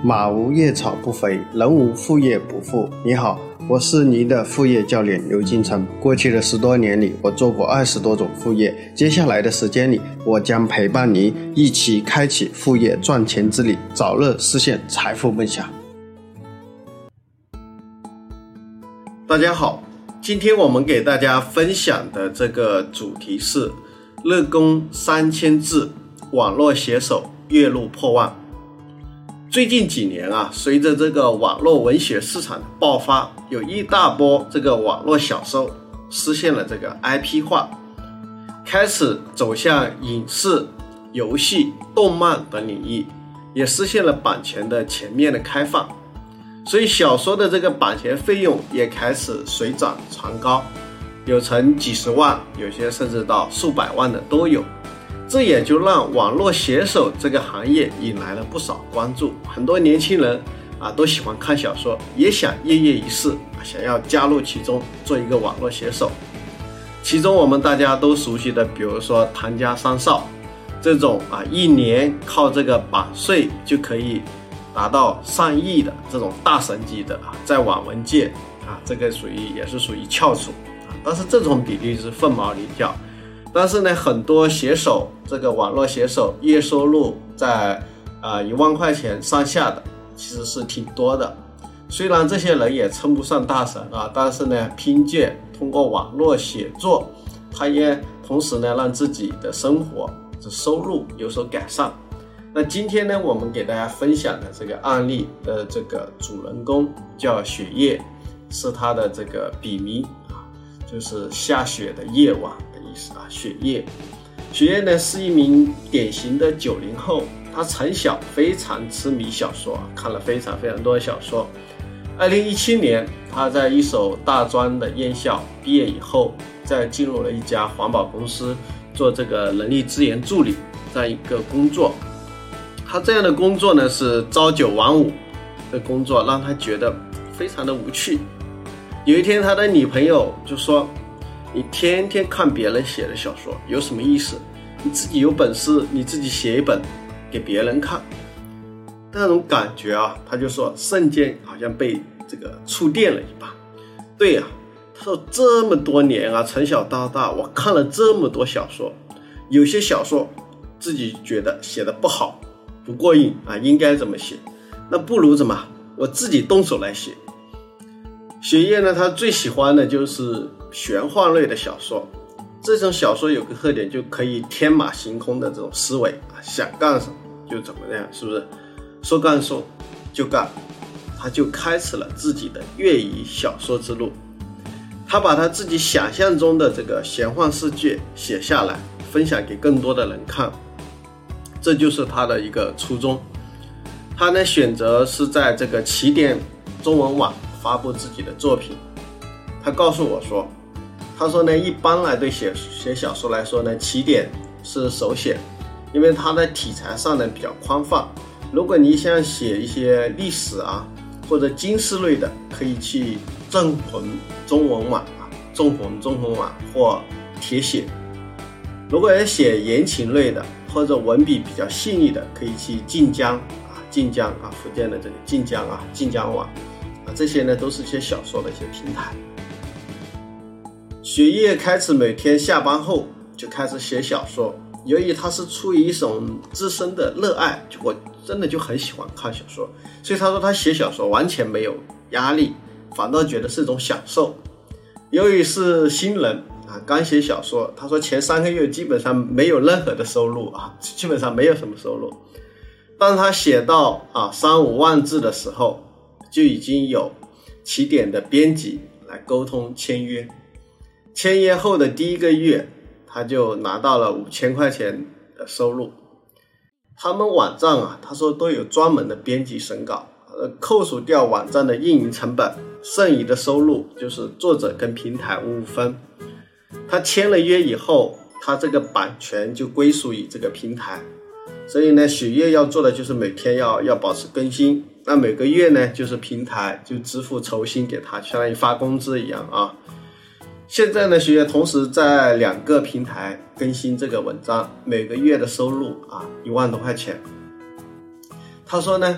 马无夜草不肥，人无副业不富。你好，我是您的副业教练刘金成。过去的10多年里，我做过20多种副业。接下来的时间里，我将陪伴您一起开启副业赚钱之旅，早日实现财富梦想。大家好，今天我们给大家分享的这个主题是日工3000字，网络写手月入破万。最近几年随着这个网络文学市场的爆发，有一大波这个网络小说实现了这个 IP 化，开始走向影视、游戏、动漫等领域，也实现了版权的全面的开放，所以小说的这个版权费用也开始水涨船高，有成几十万，有些甚至到数百万的都有。这也就让网络写手这个行业引来了不少关注，很多年轻人都喜欢看小说，也想跃跃一试，想要加入其中做一个网络写手。其中我们大家都熟悉的，比如说唐家三少这种一年靠这个版税就可以达到上亿的这种大神级的在网文界这个也是属于翘楚但是这种比例是凤毛麟角。但是呢，很多写手，这个网络写手月收入在1万块钱上下的，其实是挺多的。虽然这些人也称不上大神但是呢，凭借通过网络写作，他也同时呢让自己的生活的收入有所改善。那今天呢，我们给大家分享的这个案例的这个主人公叫雪夜，是他的这个笔名就是下雪的夜晚。雪夜呢是一名典型的90后，他从小非常痴迷小说，看了非常多的小说。2017年他在一所大专的院校毕业以后，再进入了一家环保公司做这个人力资源助理这样一个工作。他这样的工作呢是朝9晚5的工作，让他觉得非常的无趣。有一天他的女朋友就说，你天天看别人写的小说有什么意思？你自己有本事你自己写一本给别人看。那种感觉他就说瞬间好像被这个触电了一般。对他说这么多年从小到大我看了这么多小说，有些小说自己觉得写的不好不过瘾应该怎么写，那不如我自己动手来写。雪夜呢，他最喜欢的就是玄幻类的小说，这种小说有个特点，就可以天马行空的这种思维想干什么就怎么样，是不是？说干就干。他就开始了自己的业余小说之路，他把他自己想象中的这个玄幻世界写下来，分享给更多的人看，这就是他的一个初衷。他呢选择是在这个起点中文网发布自己的作品。他告诉我说，他说呢，一般来对写小说来说呢，起点是首选，因为它的题材上呢比较宽泛。如果你想写一些历史或者军事类的，可以去正魂中文网或铁血。如果要写言情类的或者文笔比较细腻的，可以去晋江福建的这个晋江网这些呢都是一些小说的一些平台。雪夜开始每天下班后就开始写小说，由于他是出于一种自身的热爱，我真的就很喜欢看小说，所以他说他写小说完全没有压力，反倒觉得是一种享受。由于是新人刚写小说，他说前3个月基本上没有任何的收入基本上没有什么收入。当他写到3-5万字的时候，就已经有起点的编辑来沟通签约。签约后的第1个月，他就拿到了5000块钱的收入。他们网站他说都有专门的编辑审稿，扣除掉网站的运营成本，剩余的收入就是作者跟平台5分。他签了约以后，他这个版权就归属于这个平台，所以呢，雪夜要做的就是每天要保持更新。那每个月呢，就是平台就支付酬薪给他，相当于发工资一样现在呢，雪夜同时在2个平台更新这个文章，每个月的收入1万多块钱。他说呢，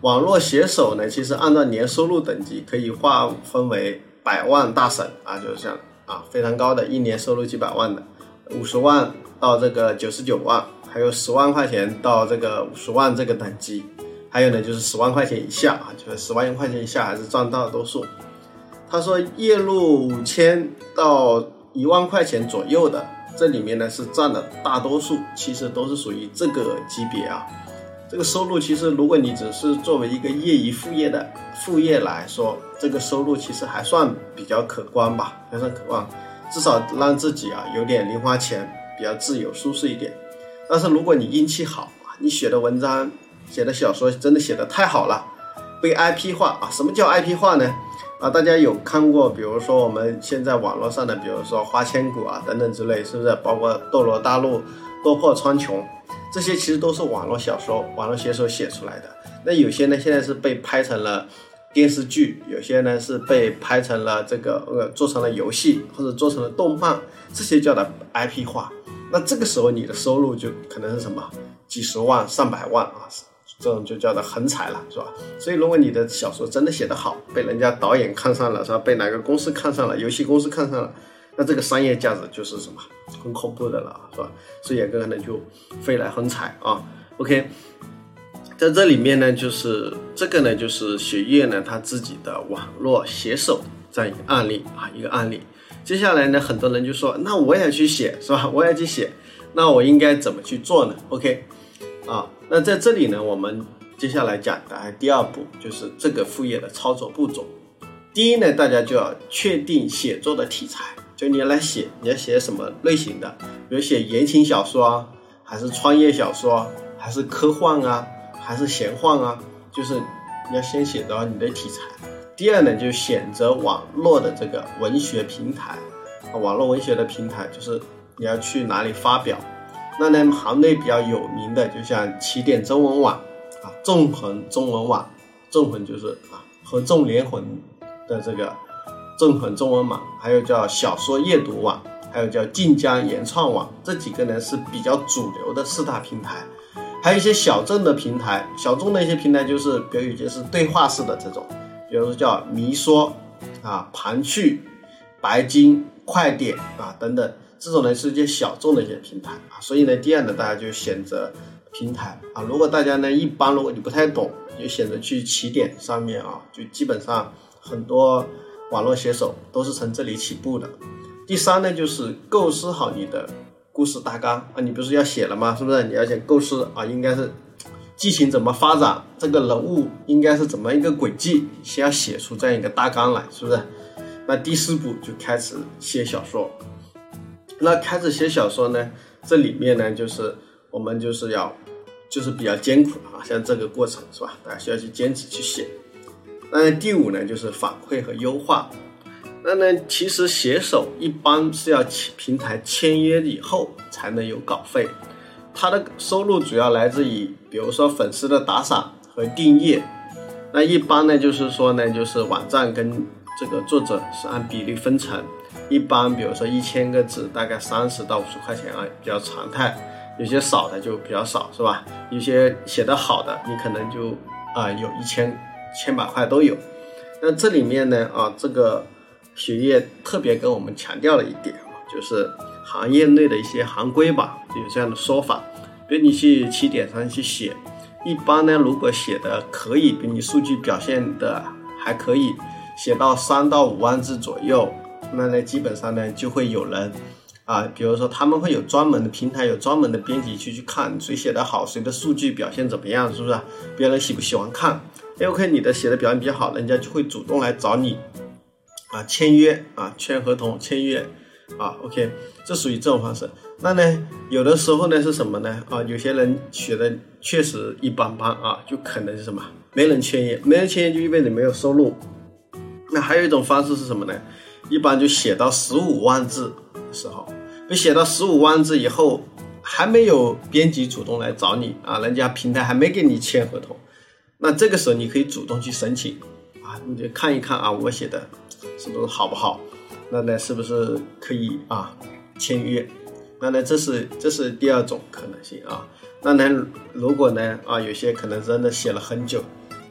网络写手呢，其实按照年收入等级可以划分为100万大省啊，就是这样啊，非常高的，一年收入几百万的，50万到这个99万，还有10万块钱到这个50万这个等级，还有呢就是10万块钱以下啊，就是10万块钱以下还是占大多数。他说月入5000到1万块钱左右的，这里面呢是占了大多数，其实都是属于这个级别啊。这个收入其实如果你只是作为一个业余副业来说，这个收入其实还算比较可观吧，还算可观，至少让自己有点零花钱，比较自由舒适一点。但是如果你运气好，你写的文章写的小说真的写得太好了，被 IP 化啊。什么叫 IP 化呢？大家有看过比如说我们现在网络上的比如说花千骨等等之类，是不是包括斗罗大陆、斗破苍穹，这些其实都是网络小说网络写手写出来的。那有些呢现在是被拍成了电视剧，有些呢是被拍成了这个做成了游戏或者做成了动漫，这些叫的 IP 化。那这个时候你的收入就可能是什么几十万上百万啊，这种就叫做横财了，是吧？所以如果你的小说真的写得好，被人家导演看上了，是吧？被哪个公司看上了，游戏公司看上了，那这个商业价值就是什么很恐怖的了，是吧？所以也可能就飞来横财啊。OK， 在这里面呢，就是这个呢，就是雪月呢他自己的网络写手这样一个案例啊，一个案例。接下来呢，很多人就说，那我也去写，是吧？我也去写，那我应该怎么去做呢 ？OK， 那在这里呢，我们接下来讲的第二步就是这个副业的操作步骤。第一呢，大家就要确定写作的题材，就你要写什么类型的，比如写言情小说还是创业小说，还是科幻还是闲幻就是你要先写到你的题材。第二呢，就选择网络的这个文学平台，网络文学的平台就是你要去哪里发表。那呢，行内比较有名的，就像起点中文网纵横中文网，纵横就是合纵连横的这个纵横中文网，还有叫小说阅读网，还有叫晋江原创网，这几个呢是比较主流的4大平台。还有一些小众的平台，小众的一些平台就是比如有些是对话式的这种，比如说叫迷说盘趣、白金、快点等等，这种呢是一些小众的一些平台所以呢，第二呢，大家就选择平台如果大家呢一般如果你不太懂，就选择去起点上面就基本上很多网络写手都是从这里起步的。第三呢，就是构思好你的故事大纲你不是要写了吗？是不是？你要先构思应该是剧情怎么发展，这个人物应该是怎么一个轨迹，先要写出这样一个大纲来，是不是？那第4步就开始写小说。那开始写小说呢，这里面呢就是我们就是比较艰苦像这个过程是吧？大家需要去坚持去写。那第5呢，就是反馈和优化。那呢，其实写手一般是要平台签约以后才能有稿费，他的收入主要来自于比如说粉丝的打赏和订阅。那一般呢，就是说呢，就是网站跟这个作者是按比例分成，一般比如说1000个字大概30到50块钱比较常态，有些少的就比较少，是吧？有些写得好的，你可能就有1000把块都有。那这里面呢这个雪月特别跟我们强调了一点就是行业内的一些行规吧，有这样的说法。比如你去起点上去写，一般呢如果写的可以，比你数据表现的还可以，写到3到5万字左右，那呢基本上呢就会有人比如说他们会有专门的平台，有专门的编辑去看谁写的好，谁的数据表现怎么样，是不是？别人喜不喜欢看？OK， 你的写的表现比较好，人家就会主动来找你签约签合同签约OK， 这属于这种方式。那呢有的时候呢是什么呢有些人写的确实一般般就可能是什么没人签约，没人签约就意味着没有收入。那还有一种方式是什么呢？一般就写到15万字的时候，就写到15万字以后还没有编辑主动来找你人家平台还没给你签合同，那这个时候你可以主动去申请你就看一看我写的是不是好不好，那呢是不是可以签约。那呢这是第2种可能性那呢如果呢有些可能真的写了很久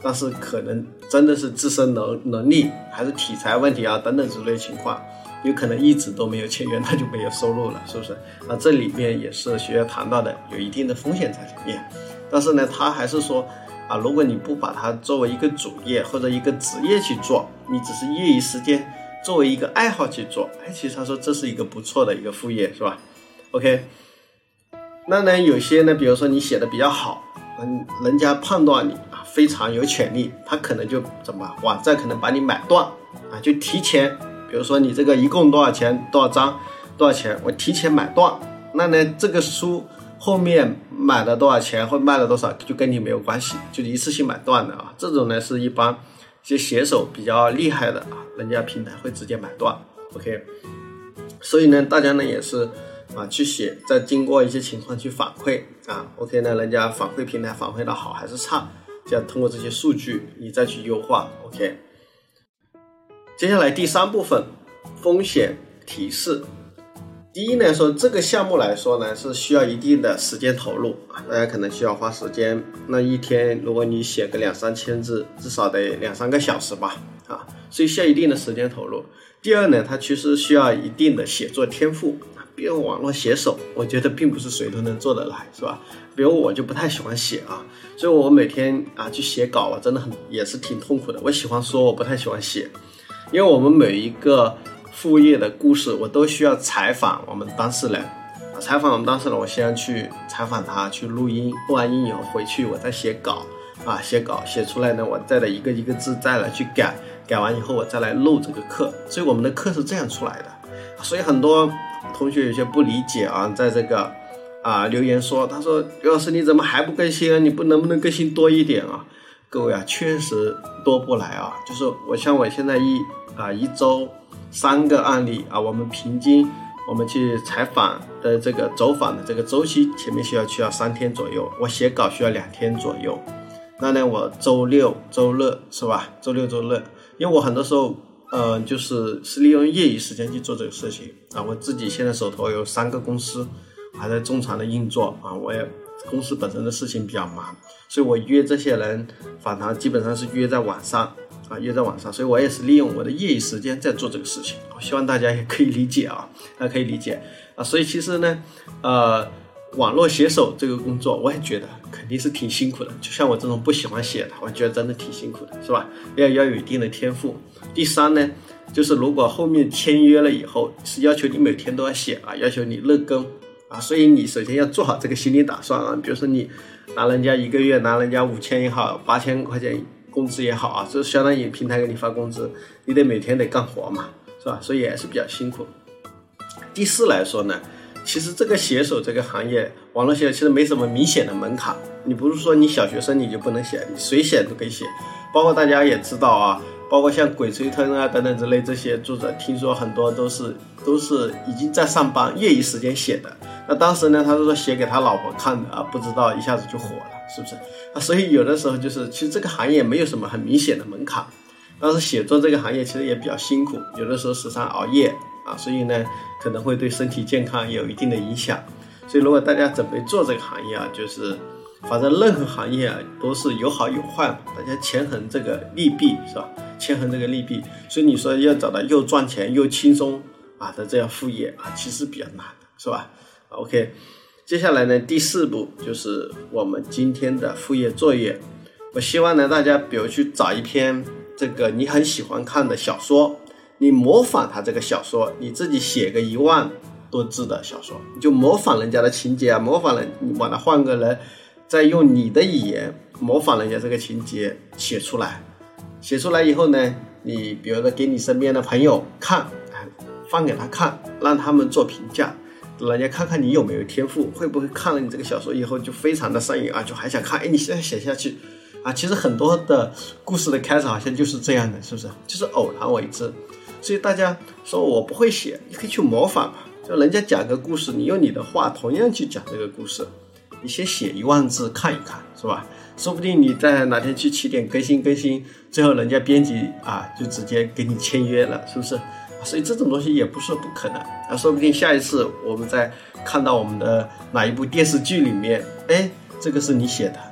但是可能真的是自身能力还是题材问题啊等等之类情况，有可能一直都没有签约，那就没有收入了，是不是？这里面也是学员谈到的，有一定的风险在里面。但是呢，他还是说如果你不把它作为一个主业或者一个职业去做，你只是业余时间作为一个爱好去做，其实他说这是一个不错的一个副业，是吧 ？OK， 那呢有些呢，比如说你写的比较好，人家判断你非常有潜力，他可能就网站可能把你买断就提前，比如说你这个一共多少钱，多少张，多少钱，我提前买断，那呢这个书后面买了多少钱或卖了多少就跟你没有关系，就一次性买断的这种呢是一般一些写手比较厉害的人家平台会直接买断 OK， 所以呢大家呢也是去写，再经过一些情况去反馈OK 呢人家反馈平台反馈的好还是差，这样通过这些数据你再去优化 OK。 接下来第3部分风险提示。第一呢，说这个项目来说呢是需要一定的时间投入大家可能需要花时间，那一天如果你写个2-3千字，至少得2-3个小时吧所以需要一定的时间投入。第二呢，它其实需要一定的写作天赋，比如网络写手，我觉得并不是谁都能做得来，是吧？比如我就不太喜欢写所以我每天去写稿真的也是挺痛苦的。我喜欢说，我不太喜欢写，因为我们每一个副业的故事我都需要采访我们当事人采访我们当事人，我先去采访他，去录音，录完音以后回去我再写稿写出来呢，我再来一个一个字再来去改完以后我再来录这个课，所以我们的课是这样出来的。所以很多同学有些不理解在这个留言说，他说刘老师你怎么还不更新你能不能更新多一点各位确实多不来就是我现在一周3个案例我们平均我们去采访的这个走访的这个周期前面需要3天左右，我写稿需要2天左右，那呢我周六周日是吧，周六周日，因为我很多时候就是利用业余时间去做这个事情我自己现在手头有3个公司还在正常的运作我也公司本身的事情比较忙，所以我约这些人访谈基本上是约在晚上所以我也是利用我的业余时间在做这个事情，我希望大家也可以理解大家可以理解所以其实呢网络写手这个工作我也觉得肯定是挺辛苦的，就像我这种不喜欢写的，我觉得真的挺辛苦的，是吧？要有一定的天赋。第3呢，就是如果后面签约了以后是要求你每天都要写要求你日更所以你首先要做好这个心理打算比如说你拿人家1个月拿人家5000也好，8000块钱工资也好这相当于平台给你发工资，你得每天得干活嘛，是吧？所以也是比较辛苦。第4来说呢，其实这个写手这个行业，网络写手其实没什么明显的门槛，你不是说你小学生你就不能写，你谁写都可以写。包括大家也知道包括像鬼吹灯等等之类这些作者，听说很多都是已经在上班业余时间写的。那当时呢，他是说写给他老婆看的不知道一下子就火了，是不是所以有的时候就是其实这个行业没有什么很明显的门槛，但是写作这个行业其实也比较辛苦，有的时候时常熬夜所以呢可能会对身体健康也有一定的影响。所以如果大家准备做这个行业就是反正任何行业都是有好有坏嘛，大家权衡这个利弊，是吧？权衡这个利弊，所以你说要找到又赚钱又轻松的这样副业其实比较难的，是吧？OK， 接下来呢第4步就是我们今天的副业作业。我希望呢大家比如去找一篇这个你很喜欢看的小说，你模仿它这个小说，你自己写个1万多字的小说，你就模仿人家的情节模仿人，你把它换个人，再用你的语言模仿人家这个情节写出来以后呢，你比如说给你身边的朋友看放给他看，让他们做评价，人家看看你有没有天赋，会不会看了你这个小说以后就非常的上瘾就还想看你现在写下去其实很多的故事的开始好像就是这样的，是不是？就是偶然为之。所以大家说我不会写，你可以去模仿吧，就人家讲个故事，你用你的话同样去讲这个故事，你先写1万字看一看，是吧？说不定你在哪天去起点更新，最后人家编辑就直接给你签约了，是不是？所以这种东西也不是不可能说不定下一次我们再看到我们的哪一部电视剧里面这个是你写的，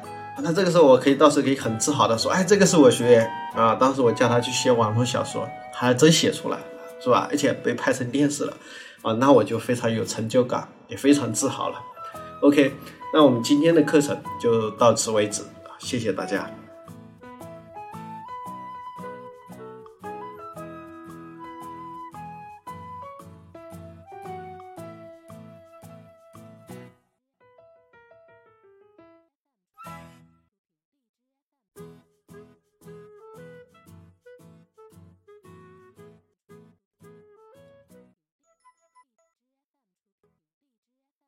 那这个时候我到时候可以很自豪的说，哎，这个是我学员啊，当时我叫他去写网络小说，他还真写出来了，是吧？而且被拍成电视了啊，那我就非常有成就感，也非常自豪了。OK， 那我们今天的课程就到此为止，谢谢大家。